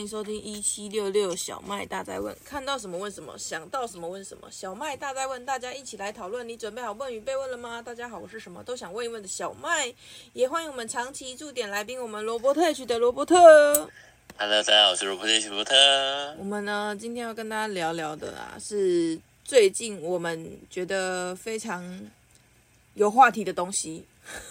迎收听1766小麦大在问，看到什么问什么，想到什么问什么。小麦大在问，大家一起来讨论。你准备好问与被问了吗？大家好，我是什么都想问一问的小麦，也欢迎我们长期驻点来宾，我们罗伯特 H 的罗伯特。 Hello， 大家好，我是罗伯特 H 罗伯特。 我们呢，今天要跟大家聊聊的是最近我们觉得非常有话题的东西。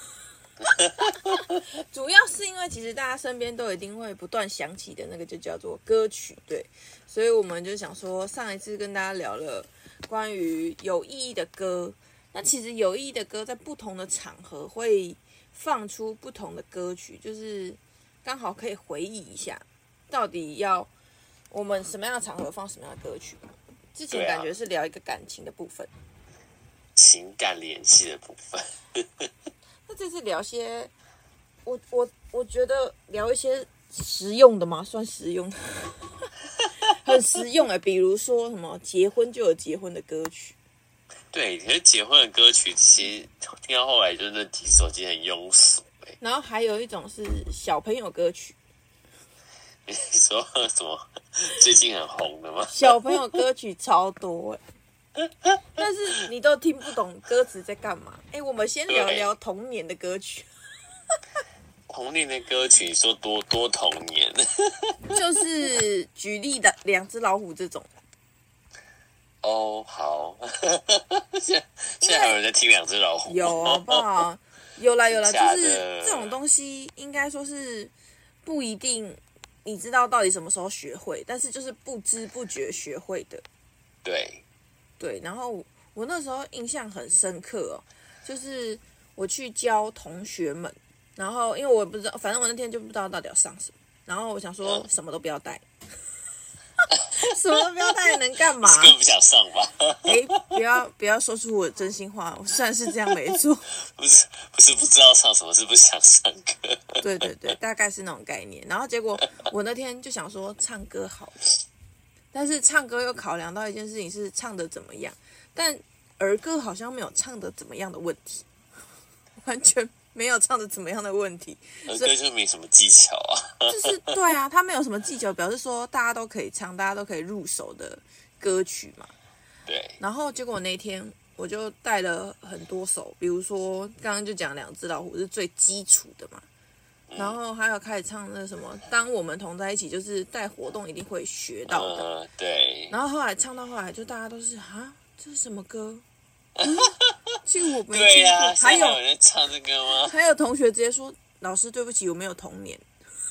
主要是因为其实大家身边都一定会不断想起的那个就叫做歌曲，对，所以我们就想说上一次跟大家聊了关于有意义的歌，那其实有意义的歌在不同的场合会放出不同的歌曲，就是刚好可以回忆一下到底要我们什么样的场合放什么样的歌曲。之前感觉是聊一个感情的部分， 情感联系的部分。 那这次聊些，我觉得聊一些实用的吗？算实用的，很实用哎。比如说什么结婚就有结婚的歌曲， 对，可是结婚的歌曲其实听到后来就是那几首其实很庸俗哎。 然后还有一种是小朋友歌曲。 你说什么？最近很红的吗？ 小朋友歌曲超多哎，但是你都听不懂歌词在干嘛。哎，我们先聊聊童年的歌曲。 童年的歌曲，你说多童年？ 就是举例的两只老虎这种。 哦，好。现在还有人在听两只老虎？ 有好不好？有啦，就是这种东西，应该说是不一定你知道到底什么时候学会，但是就是不知不觉学会的。对，然后我那时候印象很深刻哦，就是我去教同学们，然后因为我也不知道，反正我那天就不知道到底要上什么，然后我想说什么都不要带，什么都不要带能干嘛？ 根本不想上吧？ 不要说出我的真心话，我虽然是这样没错， 不是不知道唱什么，是不想上课。 对，大概是那种概念。然后结果我那天就想说唱歌好了。但是唱歌又考量到一件事情是唱的怎么样，但儿歌好像没有唱的怎么样的问题，完全没有唱的怎么样的问题。 儿歌就没什么技巧啊， 就是对啊，他没有什么技巧，表示说大家都可以唱，大家都可以入手的歌曲嘛。 对。 然后结果那天我就带了很多首，比如说刚刚就讲两只老虎是最基础的嘛。然后还有开始唱那什么，当我们同在一起，就是在活动一定会学到的。 对。 然后后来唱到后来，就大家都是啊，这是什么歌？其实我没听过。 对呀， 还有人唱这个吗？ 还有同学直接说：“老师，对不起，我没有童年。”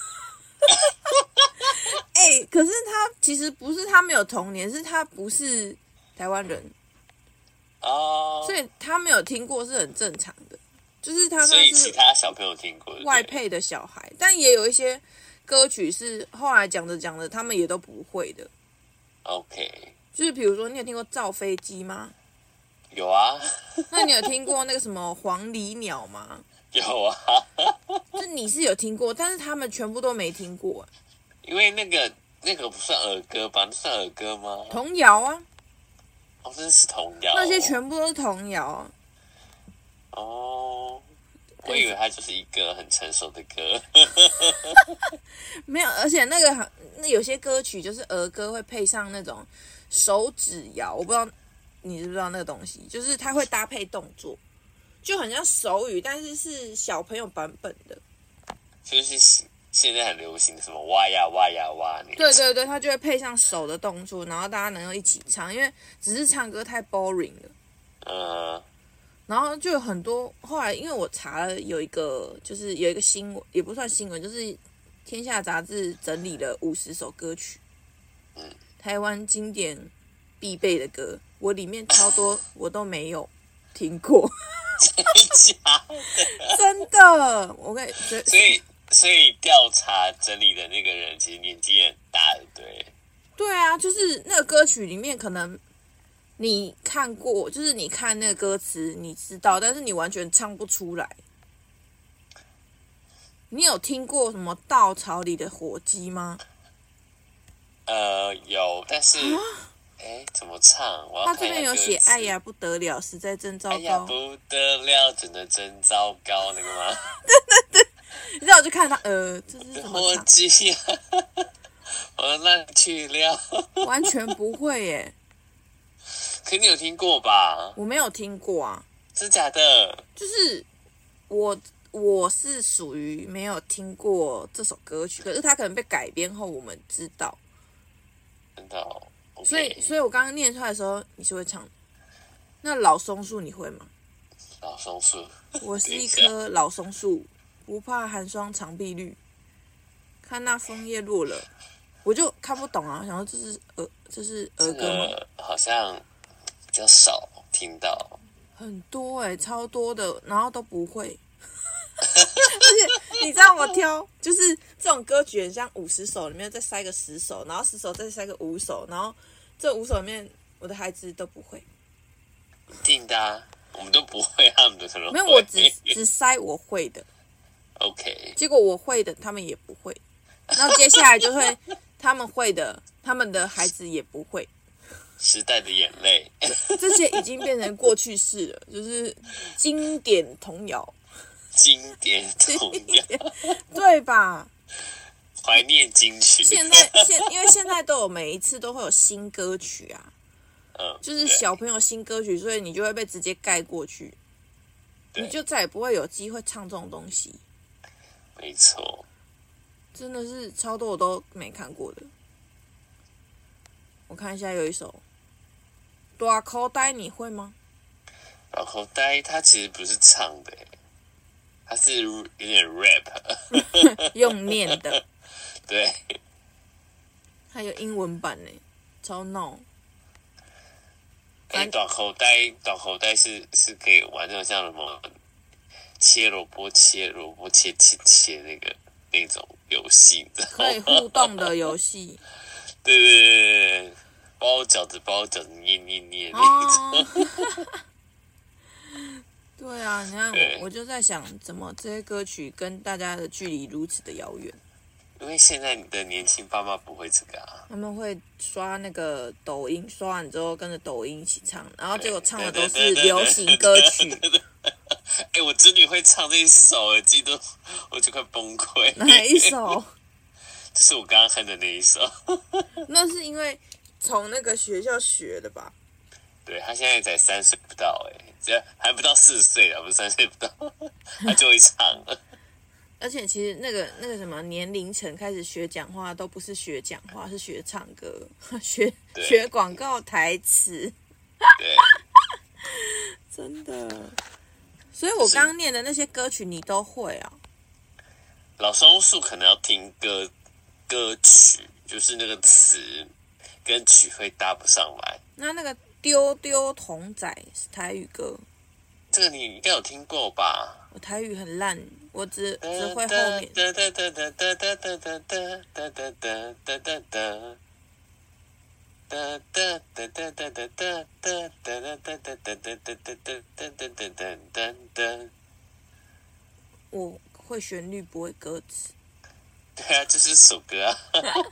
可是他其实不是他没有童年，是他不是台湾人哦， 所以他没有听过是很正常的。就是他所以其他小朋友听过外配的小孩，但也有一些歌曲是后来讲着他们也都不会的。 OK， 就是比如说，你有听过造飞机吗？ 有啊。 那你有听过那个什么黄鹂鸟吗？ 有啊。 就你是有听过，但是他们全部都没听过。 因为那个不算儿歌吧？那算儿歌吗？ 童谣啊。 哦，真是童谣。 那些全部都是童谣啊。 哦，我以为它就是一个很成熟的歌。 没有，而且那有些歌曲就是儿歌会配上那种手指谣，我不知道你知不知道那个东西，就是它会搭配动作，就很像手语，但是是小朋友版本的。 就是现在很流行的什么哇呀哇呀哇， 对，它就会配上手的动作，然后大家能够一起唱，因为只是唱歌太 boring 了。然后就有很多，后来因为我查了有一个新闻，也不算新闻，就是天下杂志整理了50首歌曲，台湾经典必备的歌，我里面超多我都没有听过。真的，我跟所以调查整理的那个人其实年纪也很大的， 对啊，就是那个歌曲里面可能你看过，就是你看那个歌词你知道，但是你完全唱不出来。你有听过什么稻草里的火鸡吗？ 有，但是怎么唱？ 他这边有写“哎呀不得了，实在真糟糕”。 哎呀不得了，真的真糟糕，那个吗？ 对。然后我就看他，这是什么火鸡呀？ 我让你去撩， 完全不会耶。 可你有听过吧？ 我没有听过啊， 真假的？ 就是我是属于没有听过这首歌曲，可是它可能被改编后我们知道。 真的哦。 所以我刚刚念出来的时候，你是会唱的。那老松树你会吗？ 老松树， 我是一棵老松树，不怕寒霜常碧绿。看那枫叶落了，我就看不懂啊，想说这是儿歌吗？ 好像比较少听到。 很多超多的，然后都不会。而且你知道我挑，就是这种歌曲很像50首里面再塞个10首，然后10首再塞个5首，然后这5首里面我的孩子都不会。 一定的啊，我们都不会，他们的可能会。 没有，我只塞我会的。 OK。 结果我会的他们也不会，然后接下来就会他们会的，他们的孩子也不会。 时代的眼泪， 这些已经变成过去式了，就是经典童谣。 经典童谣， 对吧？ 怀念金曲。 因为现在都有每一次都会有新歌曲啊，就是小朋友新歌曲，所以你就会被直接盖过去，你就再也不会有机会唱这种东西。 没错， 真的是超多我都没看过的。我看一下，有一首《大口袋》，你会吗？ 大口袋它其实不是唱的，它是有点 rap， 用念的。 对， 还有英文版呢，超闹。 大口袋是可以玩那种像什么切萝卜切那种游戏， 可以互动的游戏。 对，包饺子捏那种。 对啊，你看我就在想，怎么这些歌曲跟大家的距离如此的遥远？ 因为现在你的年轻爸妈不会这个啊， 他们会刷那个抖音，刷完之后跟着抖音一起唱，然后结果唱的都是流行歌曲。 我侄女会唱这一首，我就快崩溃。 哪一首？ 就是我刚刚看的那一首。 那是因为从那个学校学的吧？ 对，他现在才3岁不到，只要还不到4岁啊，不是3岁不到，他就会唱了。 而且其实那个什么年龄层开始学讲话，都不是学讲话，是学唱歌，学广告台词。 对， 真的。所以我刚刚念的那些歌曲，你都会啊？ 老松树可能要听歌曲，就是那个词跟曲会搭不上来。 那个丢丢童仔是台语歌， 这个你应该有听过吧？ 我台语很烂，我只会后面。我会旋律，不会歌词。 对啊，就是首歌啊。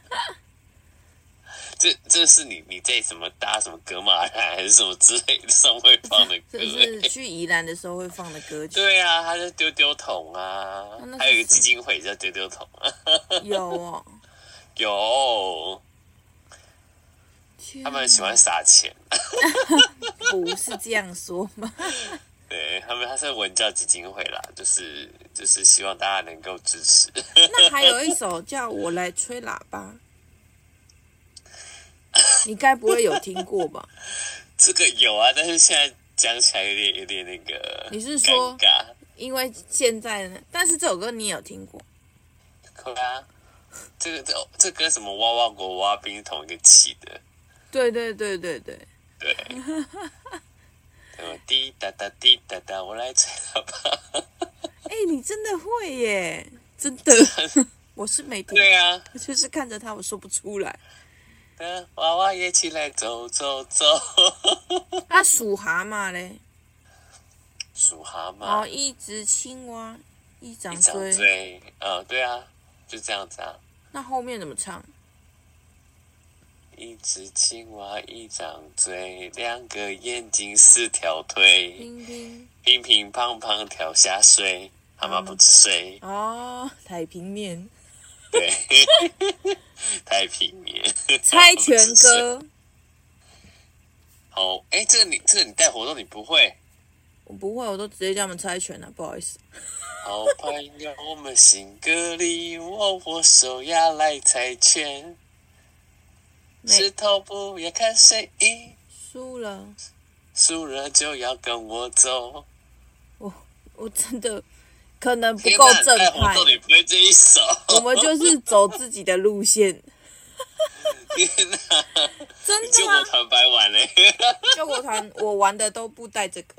这是你在什么搭什么格马兰还是什么之类的上会放的歌？ 这是去宜兰的时候会放的歌曲。 对啊，他就丢丢桶啊，还有一个基金会叫丢丢桶啊。 有哦， 有。他们喜欢撒钱。 不是这样说吗？ 对，他是文教基金会啦，就是希望大家能够支持。 那还有一首叫《我来吹喇叭》。你该不会有听过吧？ 这个有啊，但是现在讲起来有点那个。 你是说尴尬？ 因为现在呢？但是这首歌你也有听过？ 可啊，这跟什么娃娃国娃兵是同一个起的。 对。 对。滴答答滴答答，我来吹喇叭。 你真的会耶，真的。我是没听。 对啊， 我就是看着他，我说不出来。 娃娃也起来走走走。 那数蛤蟆嘞？ 数蛤蟆。 一只青蛙，一张嘴。对啊，就这样子啊。 那后面怎么唱？ 一只青蛙一张嘴，2个眼睛4条腿，乒乒乓乓跳下水，蛤蟆不吃水。 太平面。 对，太平面。 猜拳歌。 好，这个你带活动你不会？ 我不会，我都直接叫他们猜拳了，不好意思。 好朋友，我们行个礼，我握手呀来猜拳，石头布要看谁赢， 输了就要跟我走。 我真的可能不够正派。 你不会这一首？ 我们就是走自己的路线。 天哪！ 真的吗？ 救国团白玩嘞！ 救国团我玩的都不带这个。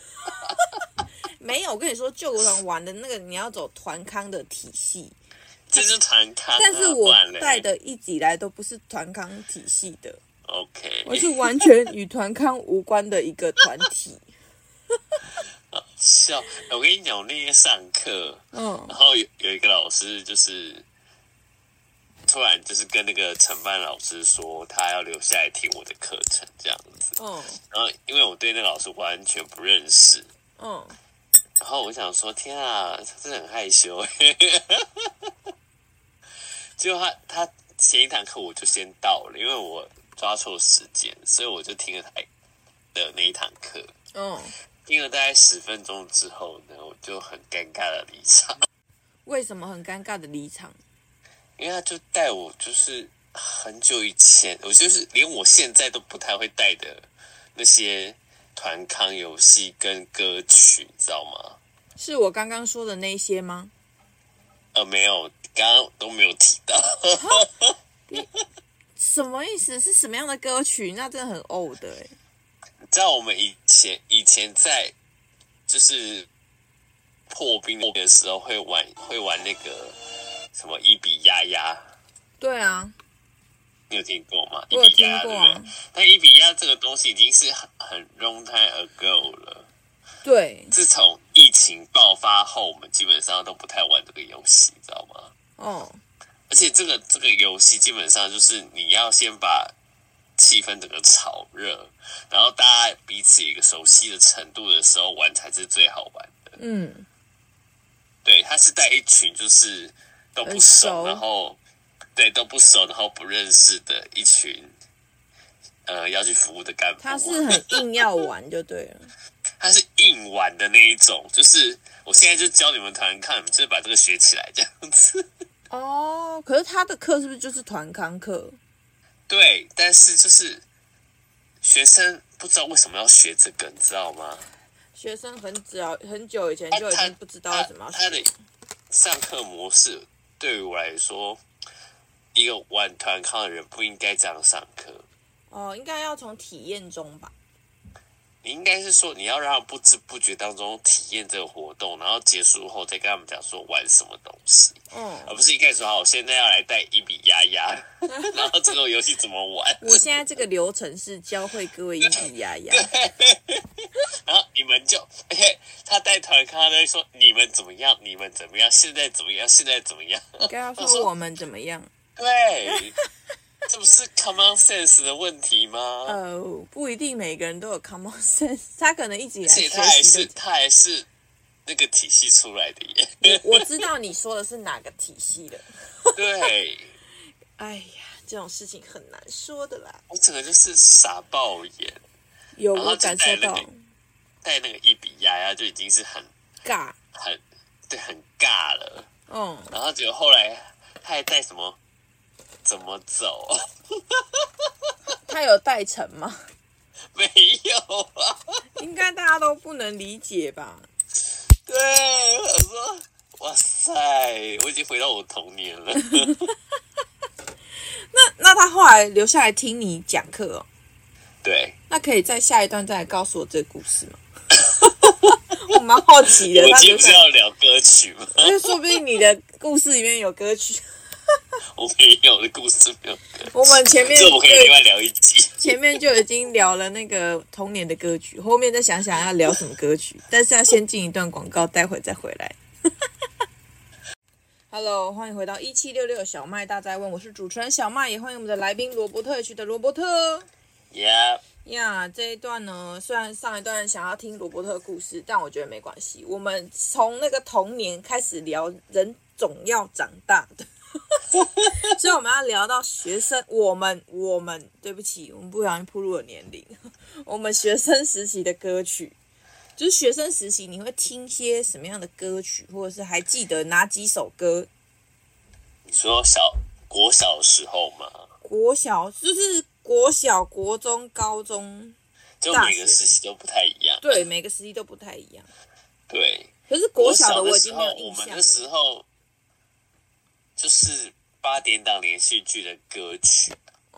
没有，我跟你说，救国团玩的那个你要走团康的体系， 这是团康， 但是我带的一直以来都不是团康体系的。 OK， 我是完全与团康无关的一个团体。 好笑！我跟你讲，我那天上课，然后有一个老师就是突然就是跟那个承办老师说，他要留下来听我的课程这样子。然后因为我对那个老师完全不认识，然后我想说，天啊，他真的很害羞。结果他前一堂课我就先到了，因为我抓错时间，所以我就听了他的那一堂课。听了大概10分钟之后呢，我就很尴尬的离场。 为什么很尴尬的离场？ 因为他就带我，就是很久以前，我就是连我现在都不太会带的那些团康游戏跟歌曲，你知道吗？ 是我刚刚说的那些吗？ 没有，刚刚都没有提到。 什么意思？是什么样的歌曲？那真的很old的欸。 你知道我们以前在就是破冰的时候会玩那个什么一比鸭鸭。 对啊， 你有听过吗？ 我有听过啊。 对不对？但一比鸭这个东西已经是很 long time ago 了。 对， 自从疫情爆发后，我们基本上都不太玩这个游戏，知道吗？而且这个游戏基本上就是你要先把气氛整个炒热，然后大家彼此有一个熟悉的程度的时候玩才是最好玩的。对，他是带一群就是都不熟，然后都不熟，然后不认识的一群要去服务的干部。 他是很硬要玩就对了。 他是硬玩的那一种，就是我现在就教你们团康，你们就是把这个学起来这样子。 可是他的课是不是就是团康课？ 对，但是就是学生不知道为什么要学这个，你知道吗？ 学生很久以前就已经不知道为什么要学。 他的上课模式对于我来说，一个玩团康的人不应该这样上课。 应该要从体验中吧。 你应该是说，你要让他不知不觉当中体验这个活动，然后结束后再跟他们讲说玩什么东西，而不是一开始说好，我现在要来带一比鸭鸭，然后这个游戏怎么玩？ 我现在这个流程是教会各位一比鸭鸭， 然后你们就，他带团康，他在说你们怎么样，你们怎么样，现在怎么样，现在怎么样？ 跟他说我们怎么样？ 对。这不是 common sense 的问题吗？ 不一定每个人都有 common sense， 他可能一直以来学习他还是那个体系出来的耶。我知道你说的是哪个体系的。 对。 哎呀，这种事情很难说的啦。 我整个就是傻爆眼。 有我感受到。 带那个一比鸭鸭就已经是很尬， 很尬了。然后结果后来他还带什么？怎么走？ 他有带成吗？ 没有啊， 应该大家都不能理解吧？ 对，我说，哇塞，我已经回到我童年了。 那他后来留下来听你讲课哦？ 对。 那可以在下一段再来告诉我这个故事吗？我蛮好奇的。 我今天不是要聊歌曲吗？ 因为说不定你的故事里面有歌曲。 我没有的故事没有歌。 我们前面这我可以另外聊一集。 前面就已经聊了那个童年的歌曲，后面再想想要聊什么歌曲，但是要先进一段广告，待会再回来。Hello， 欢迎回到1766小麦大哉问，我是主持人小麦，也欢迎我们的来宾罗伯特区的罗伯特。这一段呢，虽然上一段想要听罗伯特的故事，但我觉得没关系。我们从那个童年开始聊，人总要长大的。 所以我们要聊到学生，我们对不起，我们不小心暴露了年龄。我们学生时期的歌曲，就是学生时期你会听些什么样的歌曲，或者是还记得哪几首歌？ 你说国小的时候吗？ 国小就是国小、国中、高中， 就每个时期都不太一样。 对，每个时期都不太一样。 对。 可是国小的我已经没有印象了。 我们那时候就是8点档连续剧的歌曲。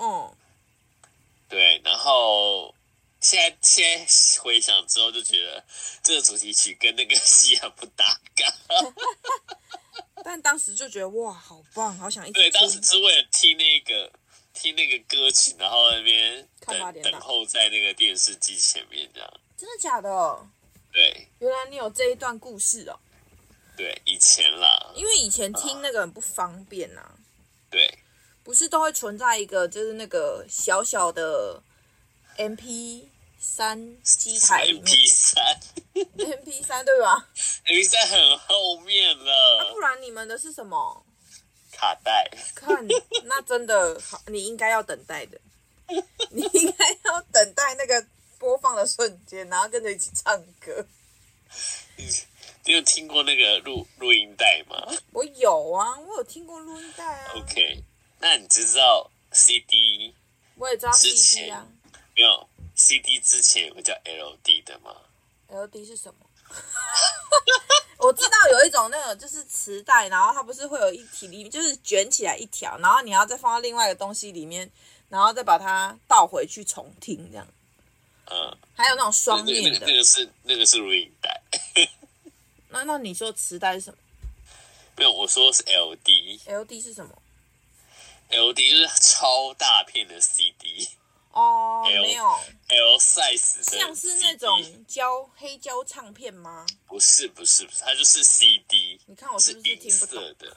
对，然后现在回想之后就觉得这个主题曲跟那个戏很不搭嘎。 但当时就觉得哇，好棒，好想一起听。 对，当时是为了听那个歌曲，然后那边等候在那个电视机前面这样。 真的假的？ 对， 原来你有这一段故事哦。 对，以前啦， 因为以前听那个很不方便啊。 对， 不是都会存在一个就是那个小小的 MP3 机台里面。MP3 对吧 ？MP3 很后面了。 不然你们的是什么？ 卡带。 看，那真的你应该要等待的。你应该要等待那个播放的瞬间，然后跟着一起唱歌。 你有听过那个录音带吗？ 我有啊，我有听过录音带啊。 OK， 那你知道 CD？ 我也知道 CD 啊。 没有 CD 之前有个叫 LD 的吗？ LD 是什么？我知道有一种那种就是磁带，然后它不是会有一体里面就是卷起来一条，然后你要再放到另外一个东西里面，然后再把它倒回去重听这样。还有那种双面的。 那个是录音带。 那你说磁带是什么？ 没有，我说的是 LD。LD 是什么 ？LD 就是超大片的 CD。 没有 L size 的 CD， 像是那种黑胶唱片吗？ 不是，它就是 CD。 你看我是不是听不懂？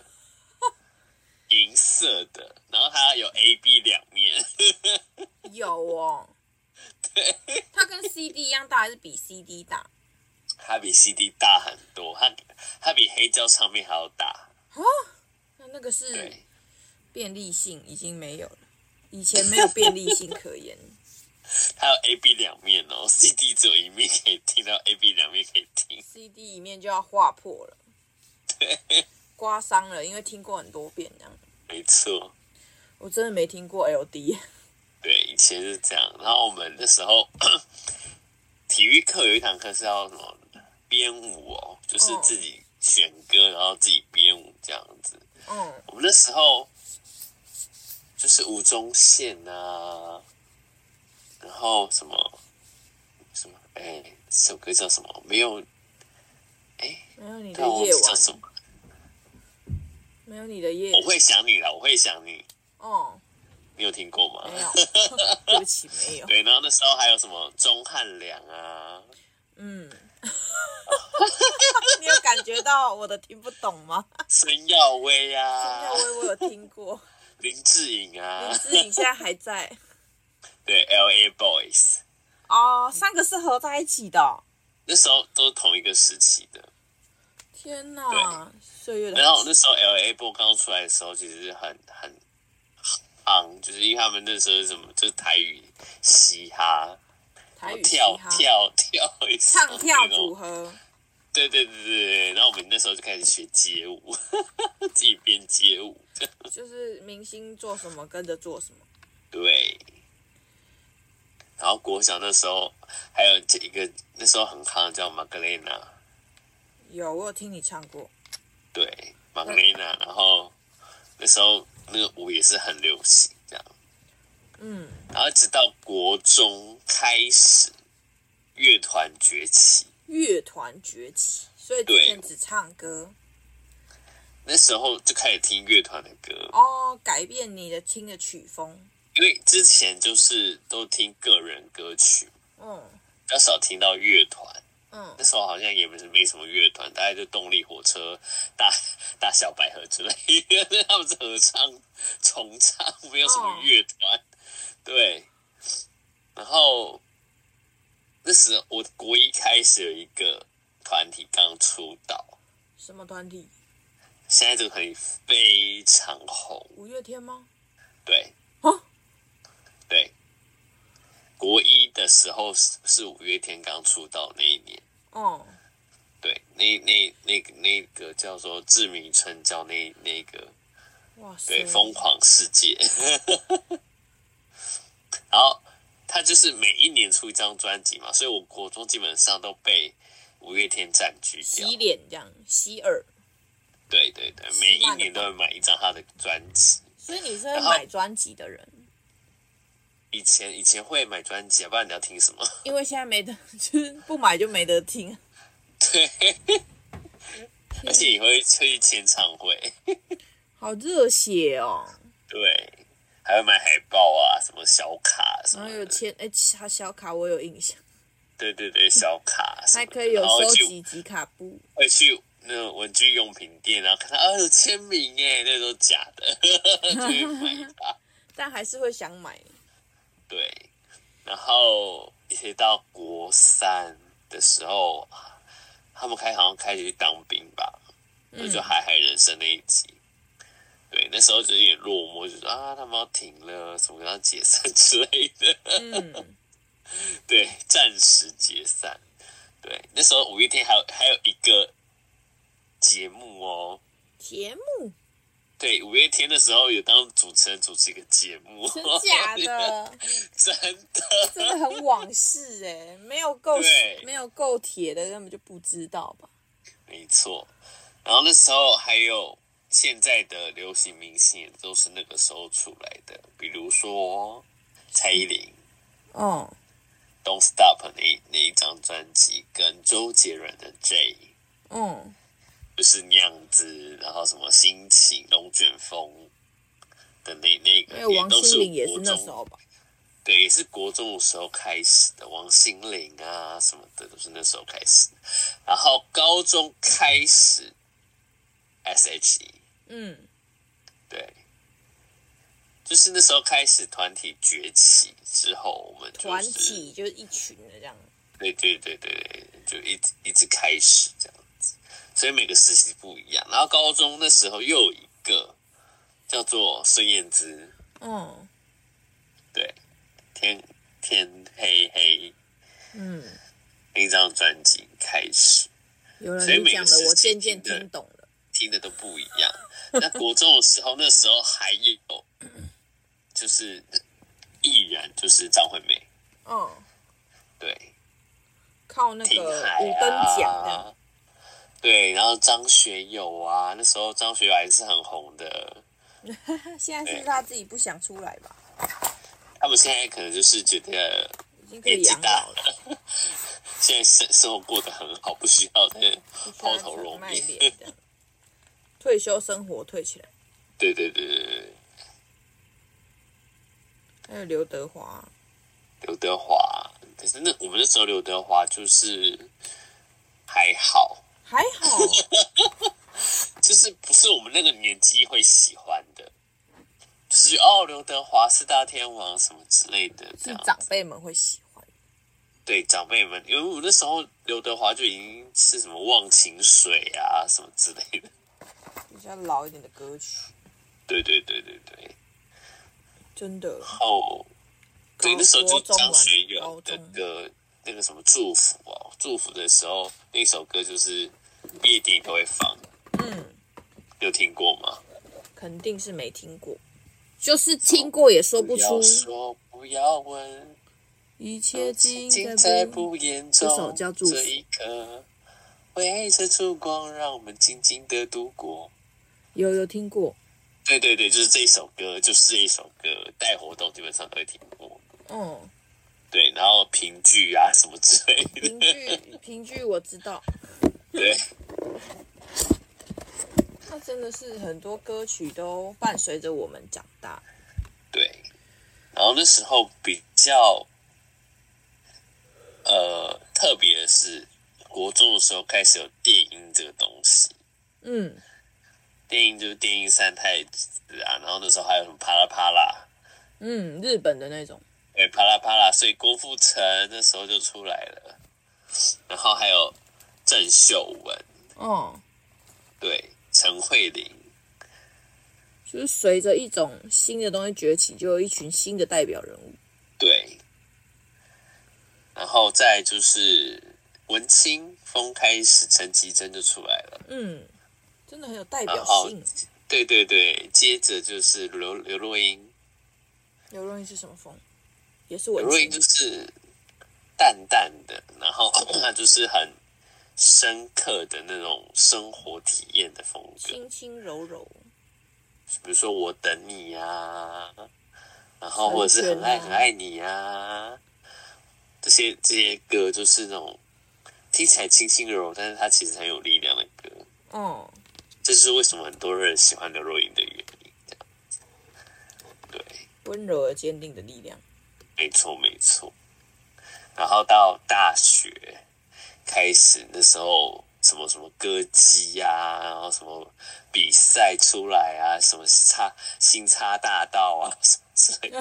银色的，然后它有 A、B 两面。 有哦。 对。 它跟 CD 一样大，还是比 CD 大？ 它比 CD 大很多，它比黑胶唱片还要大。 那个是便利性已经没有了，以前没有便利性可言。 它有 A、B 两面哦 ，CD 只有一面可以听到 ，A、B 两面可以听。 CD 一面就要划破了， 对， 刮伤了，因为听过很多遍这样。 没错， 我真的没听过 LD。 对，以前是这样。然后我们那时候体育课有一堂课是要什么编舞哦，就是自己选歌，然后自己编舞这样子。我们那时候就是吴宗宪啊，然后什么，这首歌叫什么？没有你的夜晚。 叫什么？ 没有你的夜。 我会想你啦，我会想你。你有听过吗？ 没有，对不起，没有。 对，然后那时候还有什么钟汉良啊？ 你有感觉到我的听不懂吗？ 孙耀威啊， 孙耀威我有听过。 林志颖啊， 林志颖现在还在。 对 ，LA Boys。 三个是合在一起的。 那时候都是同一个时期的。 天哪，岁月的。 然后那时候 LA Boys 刚出来的时候，其实很就是因为他们那时候是什么，就是台语嘻哈， 台语跳唱跳组合。 对，然后我们那时候就开始学街舞，自己编街舞， 就是明星做什么跟着做什么。 对。然后国小那时候还有一个那时候很夯叫玛格丽娜。 有，我有听你唱过。 对，玛格丽娜，然后那时候那个舞也是很流行，这样。然后直到国中开始，乐团崛起。 所以之前只唱歌。 那时候就开始听乐团的歌。 改变你的听的曲风。 因为之前就是都听个人歌曲，比较少听到乐团。那时候好像也没什么乐团，大概就动力火车、大小百合之类的，他们是合唱、重唱，没有什么乐团。对，然后那时候我国一开始有一个团体刚出道。 什么团体？ 现在这个团体非常红。 五月天吗？ 对。对。国一的时候是五月天刚出道那一年。 哦。 对，那个叫做志明春娇那个。哇塞。对，疯狂世界。然后他就是每一年出一张专辑嘛，所以我国中基本上都被五月天占据掉。 洗脸这样，洗耳。 对，每一年都会买一张他的专辑。 所以你是会买专辑的人？ 以前会买专辑，不然你要听什么？ 因为现在没得，就是不买就没得听。 对，而且你会去签唱会， 好热血哦。 对，还会买海报啊，什么小卡什么的。 然后有签小卡我有印象。 对，小卡什么的。 还可以有收集集卡布。 会去那种文具用品店，然后看到有签名耶，那都假的，就会买它。 但还是会想买。 对，然后一直到国三的时候，他们好像开始去当兵吧，就海海人生那一集。对，那时候就有点落寞，就说他们要停了，什么要解散之类的。对，暂时解散。对，那时候五月天还有一个节目哦。 节目。 对，五月天的时候有当主持人主持一个节目。 真假的？真的很往事哎，没有够铁的根本就不知道吧？ 没错。然后那时候还有现在的流行明星也都是那个时候出来的，比如说蔡依林。Don't Stop 那一张专辑，跟周杰伦的 J。就是那样子，然后什么心情、龙卷风的那个， 因为王心凌也是那时候吧？ 对，也是国中的时候开始的，王心凌啊什么的都是那时候开始。然后高中开始 S.H.E。对，就是那时候开始团体崛起之后，我们团体就是一群的这样。 对，就一直开始这样。所以每个时期不一样，然后高中那时候又有一个叫做孙燕姿。对，天黑黑。那一张专辑开始。 有人你讲的，我渐渐听懂了。 听的都不一样。那国中的时候，那时候还有就是艺人，就是张惠妹。对。靠那个五灯奖的。 对，然后张学友啊，那时候张学友还是很红的。 现在是他自己不想出来吧？ 他们现在可能就是觉得年纪大了，现在生活过得很好，不需要再抛头露面。 退休生活退起来。 对。 还有刘德华。 可是我们那时候刘德华就是还好。就是不是我们那个年纪会喜欢的，就是刘德华四大天王什么之类的， 是长辈们会喜欢。 对，长辈们，因为我那时候刘德华就已经是什么忘情水啊什么之类的， 比较老一点的歌曲。 对。 真的。 对，那时候就张学友的歌，那个什么祝福祝福的时候，那首歌就是毕业典礼都会放。有听过吗？ 肯定是没听过，就是听过也说不出。 不要说，不要问， 一切尽在不言中。 这首叫祝福。 这一刻，围着烛光，让我们静静的度过。 有听过。 对，就是这一首歌，带活动基本上都会听过。对，然后评剧啊什么之类的。 评剧我知道。 对。 它真的是很多歌曲都伴随着我们长大。 对，然后那时候比较特别的是，国中的时候开始有电音这个东西。电音就是电音三太子啊，然后那时候还有什么啪啦啪啦。 日本的那种。 对，啪啦啪啦，所以郭富城那时候就出来了，然后还有郑秀文。对， 陈慧琳， 就是随着一种新的东西崛起，就有一群新的代表人物。 对，然后再就是文青风开始，陈绮贞就出来了。 真的很有代表性。 对对对，接着就是刘若英。 刘若英是什么风？也是文青。 刘若英就是淡淡的，然后她就是很深刻的那种生活体验的风格， 轻轻柔柔。 比如说我等你啊，然后或者是很爱很爱你啊，这些歌就是那种听起来轻轻柔柔，但是它其实很有力量的歌。这是为什么很多人喜欢刘若英的原因。这样子，对， 温柔而坚定的力量。 没错没错。然后到大学开始，那时候什么歌姬啊，然后什么比赛出来啊，什么新叉大道啊，什么之类的。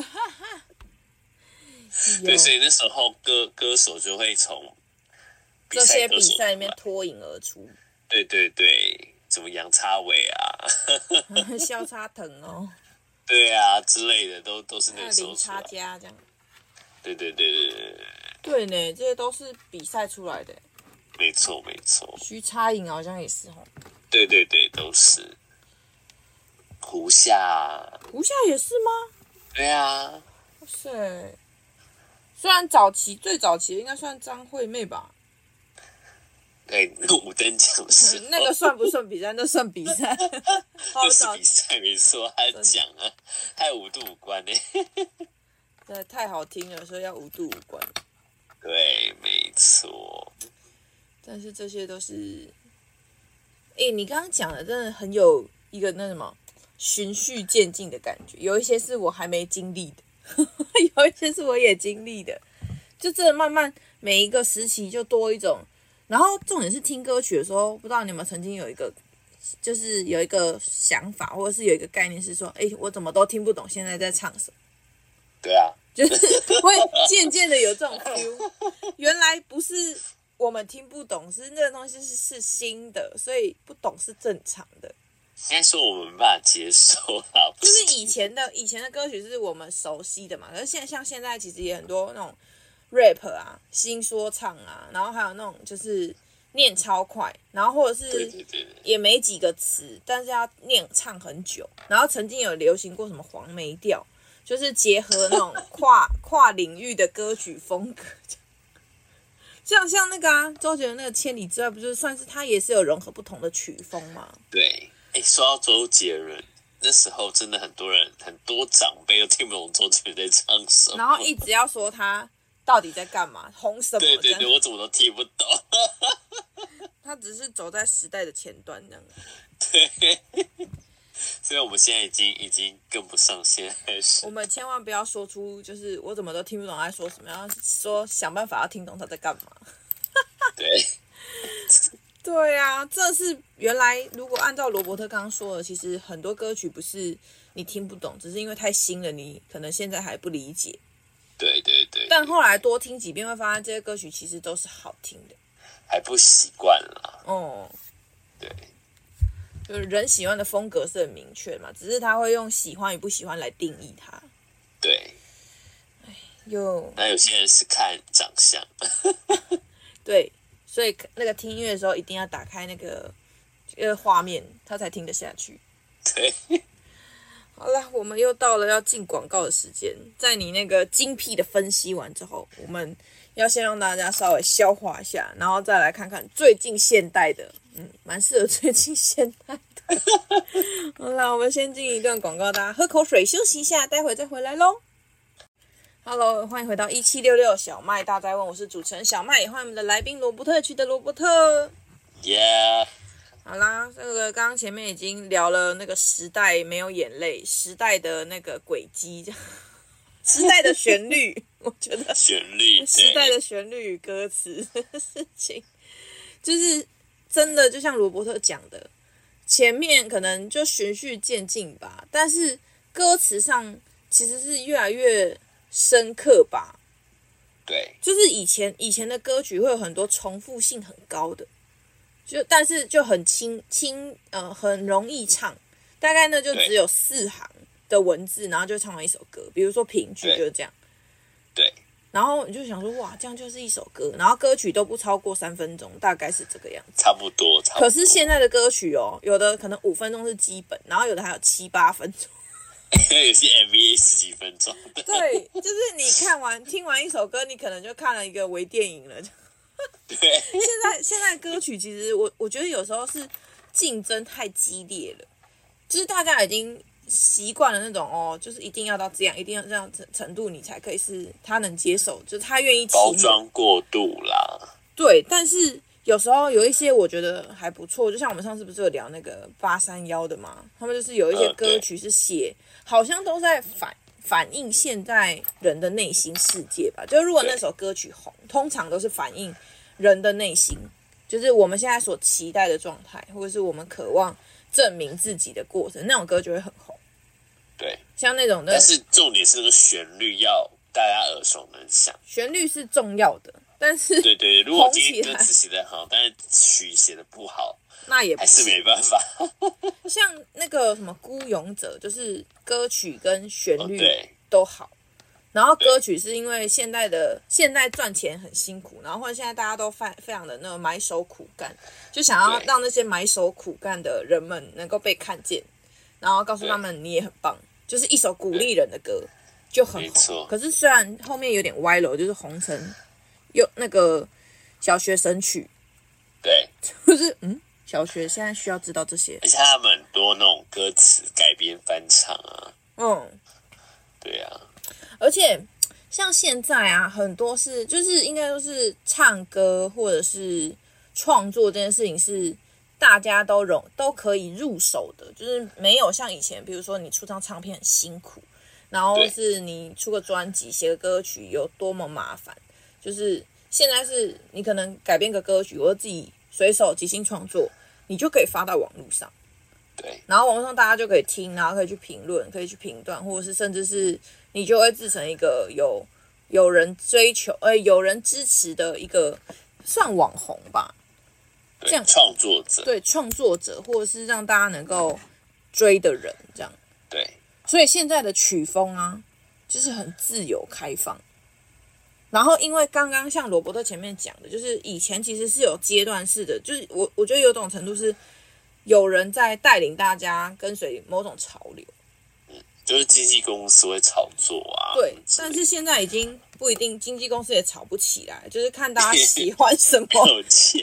对，所以那时候歌手就会从这些比赛里面脱颖而出。 对对对，什么杨叉伟啊， 萧叉腾哦， 对啊之类的，都是那个时候林叉家这样。 对对对对对。 对呢，这些都是比赛出来的。 没错没错。 徐叉颖好像也是哦。 对对对，都是。胡夏也是吗？ 对啊。 哇塞，虽然最早期应该算张惠妹吧。 对，五等奖是那个算不算比赛？那算比赛。 那是比赛没错，还有奖啊，还有5度5关呢。 对，太好听了，所以要5度5关。 对，没错。 但是这些都是，你刚刚讲的真的很有一个那什么循序渐进的感觉。有一些是我还没经历的，有一些是我也经历的，就真的慢慢每一个时期就多一种。然后重点是听歌曲的时候，不知道你有没有曾经有一个，就是有一个想法，或者是有一个概念是说，我怎么都听不懂现在在唱什么。 对啊， 就是会渐渐的有这种 feel。原来不是我们听不懂，是那个东西是新的，所以不懂是正常的。 应该说我们没办法接受啦。 就是以前的歌曲是我们熟悉的嘛，可是现在其实也很多那种 rap 啊、新说唱啊，然后还有那种就是念超快，然后或者是也没几个词，但是要唱很久。然后曾经有流行过什么黄梅调，就是结合那种跨领域的歌曲风格，像那个周杰伦那个《千里之外》，不就算是他也是有融合不同的曲风吗？ 对，说到周杰伦，那时候真的很多长辈都听不懂周杰伦在唱什么， 然后一直要说他到底在干嘛，红什么？ 对对对，我怎么都听不懂。 他只是走在时代的前端这样。 对。所以我们现在已经跟不上现在是。 我们千万不要说出就是我怎么都听不懂他在说什么，要说想办法要听懂他在干嘛。 对。 对啊，这是原来如果按照罗伯特刚刚说的，其实很多歌曲不是你听不懂，只是因为太新了，你可能现在还不理解。 对对对。 但后来多听几遍，会发现这些歌曲其实都是好听的。 还不习惯啦。对。 就是人喜欢的风格是很明确嘛，只是他会用喜欢与不喜欢来定义它。 对。 那有些人是看长相。 对，所以那个听音乐的时候一定要打开那个画面，他才听得下去。 对。 好了，我们又到了要进广告的时间。在你那个精辟的分析完之后，我们要先让大家稍微消化一下，然后再来看看最近现代的，蛮适合最近现代的。好了，我们先进一段广告，大家喝口水休息一下，待会再回来咯。Hello， 欢迎回到1766小麦大哉问，我是主持人小麦，也欢迎我们的来宾罗伯特区的罗伯特。 Yeah。 好啦，这个刚刚前面已经聊了那个时代没有眼泪，时代的那个轨迹，时代的旋律，我觉得旋律， 时代的旋律与歌词的事情，就是真的就像罗伯特讲的，前面可能就循序渐进吧，但是歌词上其实是越来越深刻吧。 对， 就是以前的歌曲会有很多重复性很高的。 但是就很很容易唱，大概呢就只有4行的文字，然后就唱完一首歌。比如说评剧就是这样。 对。 然后你就想说，哇，这样就是一首歌，然后歌曲都不超过3分钟，大概是这个样子。 差不多。 可是现在的歌曲哦，有的可能5分钟是基本，然后有的还有7、8分钟。 有些 MV 10几分钟的。 对，就是你听完一首歌，你可能就看了一个微电影了。 对。 现在歌曲其实我觉得有时候是竞争太激烈了，就是大家已经习惯了那种就是一定要到这样，一定要这样程度，你才可以是他能接受，就是他愿意包装过度啦。 对，但是有时候有一些我觉得还不错，就像我们上次不是有聊那个831的嘛，他们就是有一些歌曲是写，好像都在反映现在人的内心世界吧。就如果那首歌曲红，通常都是反映人的内心，就是我们现在所期待的状态，或者是我们渴望证明自己的过程，那种歌就会很红。 对， 像那种的， 但是重点是那个旋律要大家耳熟能详， 旋律是重要的，但是对，如果今天歌词写得好，但是曲写得不好， 那也还是没办法。 像那个什么《孤勇者》，就是歌曲跟旋律都好，然后歌曲是因为现在赚钱很辛苦，然后或者现在大家都非常的那个埋首苦干，就想要让那些埋首苦干的人们能够被看见，然后告诉他们你也很棒，就是一首鼓励人的歌就很红。可是虽然后面有点歪楼，就是红成有那个小学生曲， 对， 就是小学现在需要知道这些， 而且他们很多那种歌词改编翻唱啊，对啊， 而且像现在啊，很多是就是应该都是唱歌或者是创作这件事情是大家都可以入手的，就是没有像以前，比如说你出张唱片很辛苦，然后是你出个专辑写个歌曲有多么麻烦，就是现在是你可能改编个歌曲，或者自己随手即兴创作，你就可以发到网络上。 对， 然后网络上大家就可以听，然后可以去评论，可以去评断，或者是甚至是你就会制成一个有人追求、有人支持的一个算网红吧，这样创作者， 对创作者，或者是让大家能够追的人，这样对。 所以现在的曲风啊，就是很自由开放。然后因为刚刚像罗伯特前面讲的，就是以前其实是有阶段式的，就是我觉得有种程度是有人在带领大家跟随某种潮流， 就是经纪公司会炒作啊。 对，但是现在已经不一定，经纪公司也炒不起来，就是看大家喜欢什么。 没有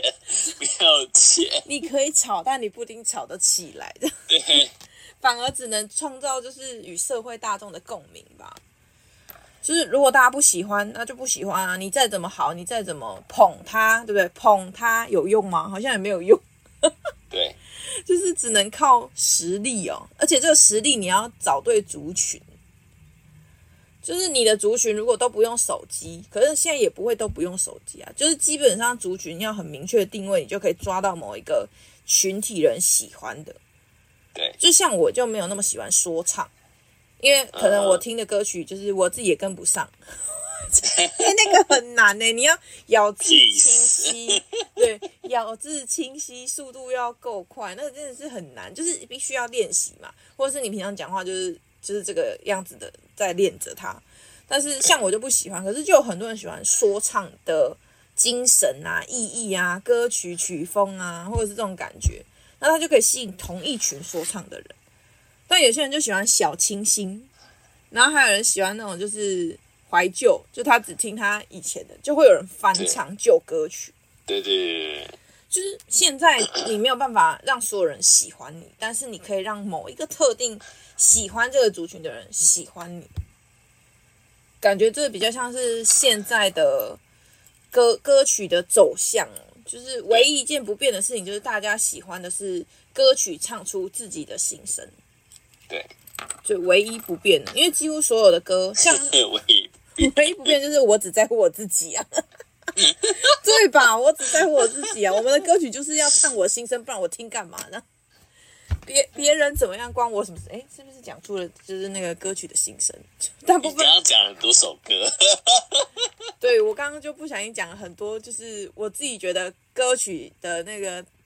钱， 你可以炒，但你不一定炒得起来的。 对， 反而只能创造就是与社会大众的共鸣吧。就是如果大家不喜欢，那就不喜欢啊。你再怎么好，你再怎么捧他，对不对？捧他有用吗？好像也没有用。 对。 就是只能靠实力哦，而且这个实力你要找对族群，就是你的族群如果都不用手机，可是现在也不会都不用手机啊，就是基本上族群要很明确的定位，你就可以抓到某一个群体人喜欢的。 对， 就像我就没有那么喜欢说唱，因为可能我听的歌曲就是我自己也跟不上。因为那个很难欸，你要咬字清晰，对，咬字清晰，速度要够快，那个真的是很难，就是必须要练习嘛，或者是你平常讲话就是这个样子的在练着它。但是像我就不喜欢，可是就有很多人喜欢说唱的精神啊、意义啊、歌曲曲风啊，或者是这种感觉，那他就可以吸引同一群说唱的人。但有些人就喜欢小清新，然后还有人喜欢那种就是怀旧，就他只听他以前的，就会有人翻唱旧歌曲。 对， 就是现在你没有办法让所有人喜欢你，但是你可以让某一个特定喜欢这个族群的人喜欢你。感觉这比较像是现在的歌曲的走向哦，就是唯一一件不变的事情，就是大家喜欢的是歌曲唱出自己的心声。 对， 就唯一不变的，因为几乎所有的歌，像唯一不变就是我只在乎我自己啊，对吧？我只在乎我自己啊。我们的歌曲就是要唱我心声，不然我听干嘛呢？别人怎么样关我什么事？是不是讲出了就是那个歌曲的心声？大部分你刚刚讲很多首歌， 对，我刚刚就不小心讲了很多，就是我自己觉得歌曲的那个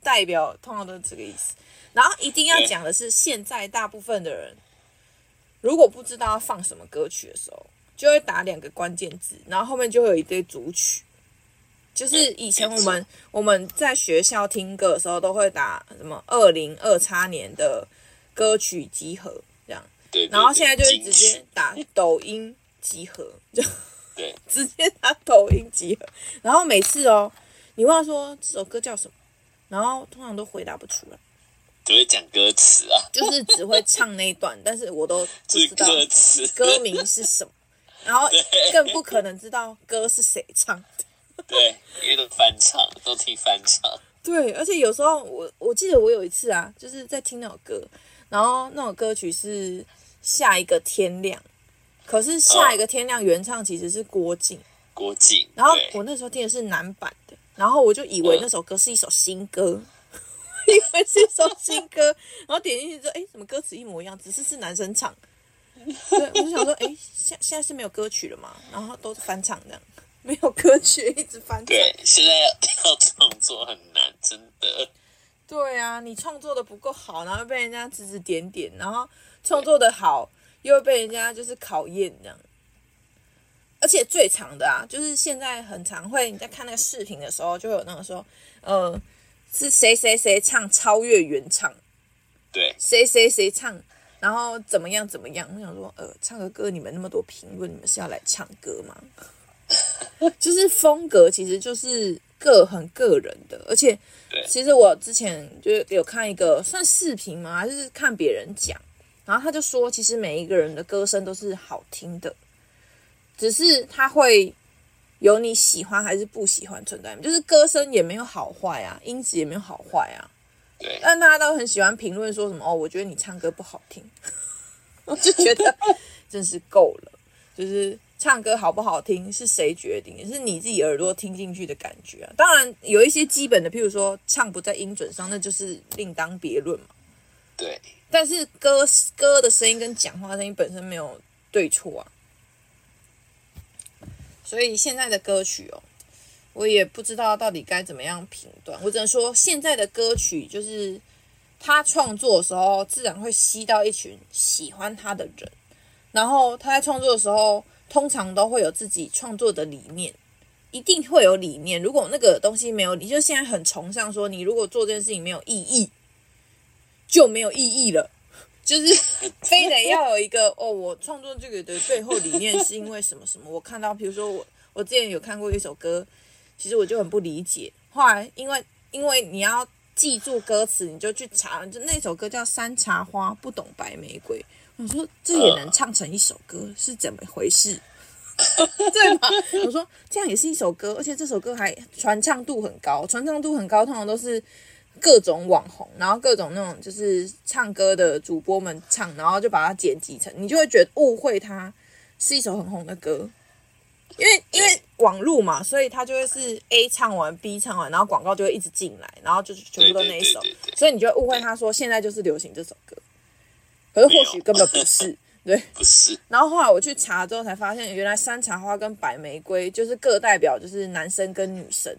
代表通常都是这个意思。然后一定要讲的是，现在大部分的人如果不知道要放什么歌曲的时候，就会打2个关键字，然后后面就会有一堆组曲。就是以前我们在学校听歌的时候，都会打什么2023年的歌曲集合这样， 对， 然后现在就会直接打抖音集合，就对，直接打抖音集合。然后每次你问他说这首歌叫什么，然后通常都回答不出来， 只会讲歌词啊， 就是只会唱那一段，但是我都不知道歌名是什么，然后更不可能知道歌是谁唱的。 对，因为都翻唱，都听翻唱。 对，而且有时候我记得我有一次啊，就是在听那首歌，然后那首歌曲是下一个天亮，可是下一个天亮原唱其实是郭靖。然后我那时候听的是男版的，然后我就以为那首歌是一首新歌，以为是一首新歌，然后点进去之后，怎么歌词一模一样，只是男生唱。对，我就想说，现在是没有歌曲了嘛，然后都是翻唱这样。没有歌曲一直翻唱， 对，现在要创作很难，真的。 对啊，你创作的不够好，然后被人家指指点点，然后创作的好又会被人家就是考验这样。而且最长的啊，就是现在很常会你在看那个视频的时候，就会有那种说，是谁谁谁唱超越原唱， 对， 谁谁谁唱，然后怎么样怎么样。我想说，唱个歌你们那么多评论，你们是要来唱歌吗？就是风格其实就是很个人的，而且其实我之前就有看一个算视频嘛，还是看别人讲，然后他就说，其实每一个人的歌声都是好听的，只是他会有你喜欢还是不喜欢存在，就是歌声也没有好坏啊，音质也没有好坏啊， 对， 但大家都很喜欢评论说什么我觉得你唱歌不好听，我就觉得真是够了，就是唱歌好不好听是谁决定的？是你自己耳朵听进去的感觉啊。当然有一些基本的，譬如说唱不在音准上，那就是另当别论嘛。 对。 但是歌的声音跟讲话的声音本身没有对错啊。所以现在的歌曲我也不知道到底该怎么样评断。我只能说现在的歌曲就是他创作的时候，自然会吸到一群喜欢他的人，然后他在创作的时候。通常都会有自己创作的理念，一定会有理念。如果那个东西没有理，就现在很崇尚说，你如果做这件事情没有意义，就没有意义了。就是非得要有一个我创作这个的背后理念是因为什么什么。我看到，比如说我之前有看过一首歌，其实我就很不理解。后来因为你要记住歌词，你就去查，就那首歌叫《山茶花不懂白玫瑰》。我说这也能唱成一首歌，是怎么回事？对吗？我说这样也是一首歌，而且这首歌还传唱度很高，通常都是各种网红，然后各种那种就是唱歌的主播们唱，然后就把它剪辑成，你就会觉得误会它是一首很红的歌，因为网路嘛，所以它就会是 A 唱完 B 唱完，然后广告就会一直进来，然后就是全部都那一首，所以你就会误会他说现在就是流行这首歌。可是或许根本不是，对， 不是。 然后后来我去查之后才发现，原来山茶花跟白玫瑰就是各代表就是男生跟女生。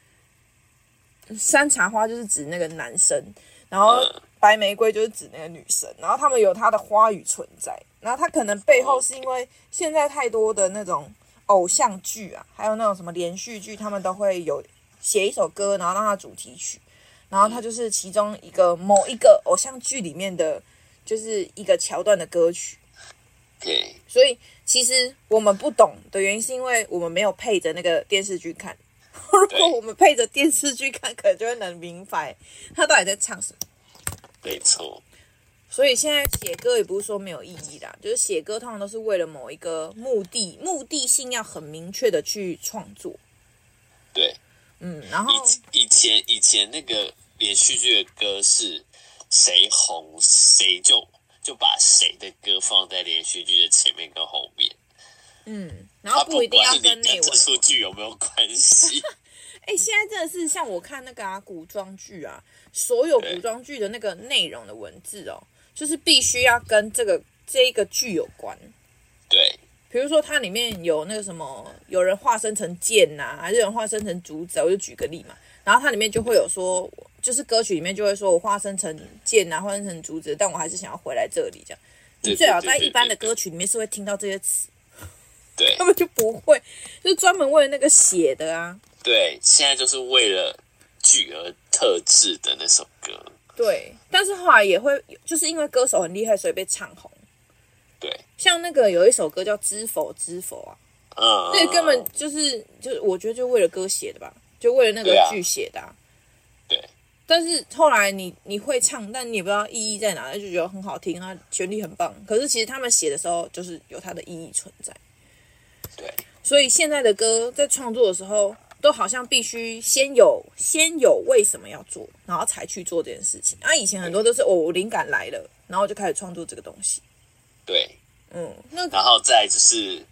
山茶花就是指那个男生，然后白玫瑰就是指那个女生，然后他们有他的花语存在，然后他可能背后是因为现在太多的那种偶像剧啊，还有那种什么连续剧，他们都会有写一首歌，然后让它主题曲，然后它就是其中某一个偶像剧里面的。就是一个桥段的歌曲， 对， 所以其实我们不懂的原因是因为我们没有配着那个电视剧看。如果我们配着电视剧看，可能就会能明白他到底在唱什么。 没错。 所以现在写歌也不是说没有意义啦，就是写歌通常都是为了某一个目的性要很明确的去创作。 对， 然后以前那个连续剧的歌是。谁红谁就把谁的歌放在连续剧的前面跟后面， 然后不一定要跟内文， 这出剧有没有关系？ 现在真的是像我看那个古装剧啊，所有古装剧的那个内容的文字就是必须要跟这一个剧有关。 对， 比如说它里面有那个什么，有人化身成剑还是有人化身成竹子，我就举个例嘛。然后它里面就会有说， 就是歌曲里面就会说我化身成剑啊，化身成竹子，但我还是想要回来这里这样。你最好在一般的歌曲里面是会听到这些词， 对， 根本就不会，就是专门为了那个写的啊。 对，现在就是为了剧而特制的那首歌。 对，但是后来也会，就是因为歌手很厉害，所以被唱红。 对， 像那个有一首歌叫《知否知否》啊，那根本就是我觉得就为了歌写的吧，就为了那个剧写的啊。 对。 但是后来你会唱，但你也不知道意义在哪，就觉得很好听啊，旋律很棒。可是其实他们写的时候，就是有它的意义存在。 对。 所以现在的歌在创作的时候，都好像必须先有为什么要做，然后才去做这件事情。以前很多都是我灵感来了，然后就开始创作这个东西。 对，然后再就是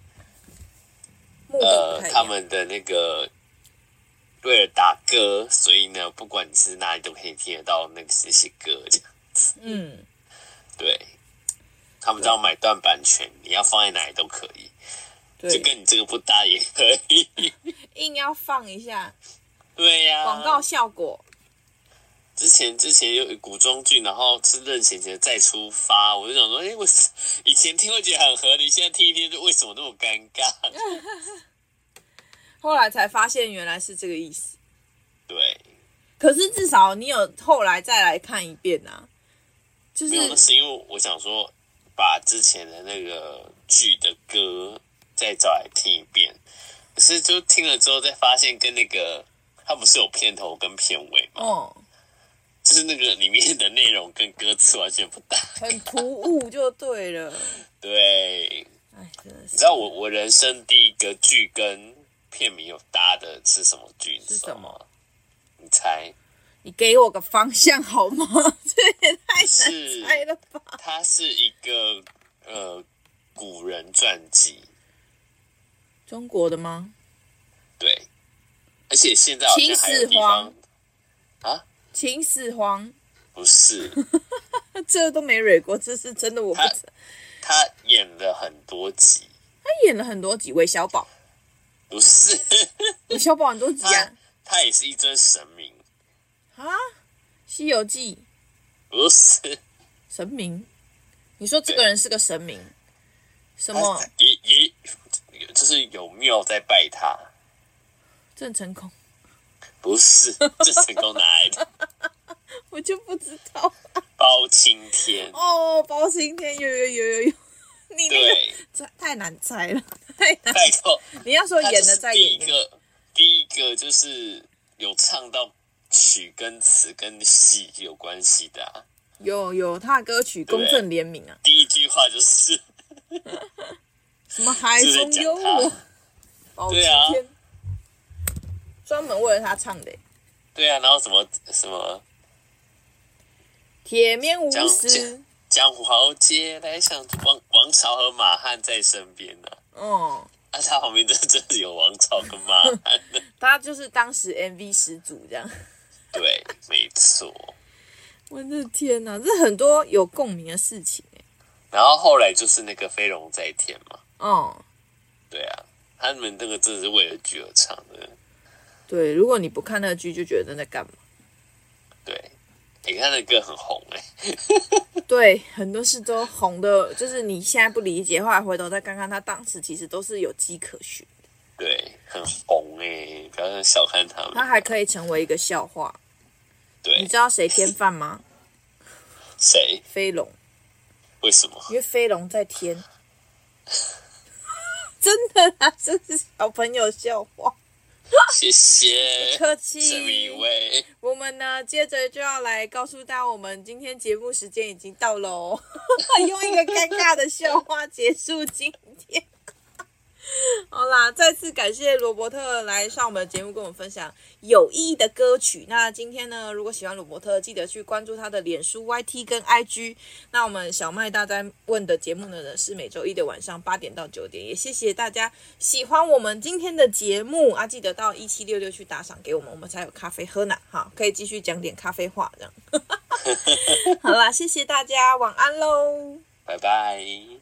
他们的那个为了打歌，所以呢，不管你是哪里都可以听得到那些歌这样子。对，他们只要买断版权，你要放在哪里都可以。就跟你这个不搭也可以， 硬要放一下。 对呀， 广告效果。 之前有古装剧，然后是任贤齐再出发，我就想说，我以前听会觉得很合理，现在听一听就为什么那么尴尬？ 后来才发现原来是这个意思。 对。 可是至少你有后来再来看一遍啊。就是没有，那是因为我想说，把之前的那个剧的歌再找来听一遍，可是就听了之后再发现跟那个它不是有片头跟片尾吗？就是那个里面的内容跟歌词完全不搭， 很突兀就对了。 对， 真的是。 你知道我人生第一个剧跟片名有搭的是什么剧？ 是什么？ 你猜？ 你给我个方向好吗？这也太难猜了吧！ 它是一个古人传记。 中国的吗？ 对，而且现在好像还有地方啊， 秦始皇不是， 这都没蕊过，这是真的我不知道。 他演了很多集， 韦小宝不是， 韦小宝很多集啊， 他也是一尊神明啊，《西游记》 不是神明，你说这个人是个神明，什么？ 也就是有庙在拜他。 郑成功不是，郑成功哪来的？ 我就不知道。 包青天包青天有，你那个太难猜了，太难。 拜托， 你要说演的再演第一个就是有唱到曲跟词跟戏有关系的啊。 有他的歌曲公正廉明啊。 第一句话就是什么海风有我，包青天，专门为了他唱的。 对啊，然后什么铁面无私， 江湖豪杰来相助，王朝和马汉在身边呢。他旁边真的有王朝跟马汉的。 他就是当时 MV 始祖这样。 对，没错。 我的天哪，这很多有共鸣的事情哎。 然后后来就是那个飞龙在天嘛。对啊，他们那个真的是为了剧而唱的。 对，如果你不看那个剧，就觉得在干嘛？ 对，你看那个歌很红哎。 对，很多事都红的，就是你现在不理解，后来回头再看看，他当时其实都是有迹可循的。 对，很红哎，不要小看他们。 他还可以成为一个笑话。 对， 你知道谁天饭吗？ 谁？ 飞龙。 为什么？ 因为飞龙在天。真的啊，这是小朋友笑话。 谢谢， 不客气。 这一位， 我们呢，接着就要来告诉大家，我们今天节目时间已经到了哦。用一个尴尬的笑话结束今天。好啦，再次感谢罗伯特来上我们的节目，跟我们分享有意义的歌曲。那今天呢，如果喜欢罗伯特，记得去关注他的脸书、YT 跟 IG。那我们小麦大在问的节目呢，是每周一的晚上8点到9点。也谢谢大家喜欢我们今天的节目啊，记得到1766去打赏给我们，我们才有咖啡喝呢。好，可以继续讲点咖啡话这样。好啦，谢谢大家，晚安喽， 拜拜。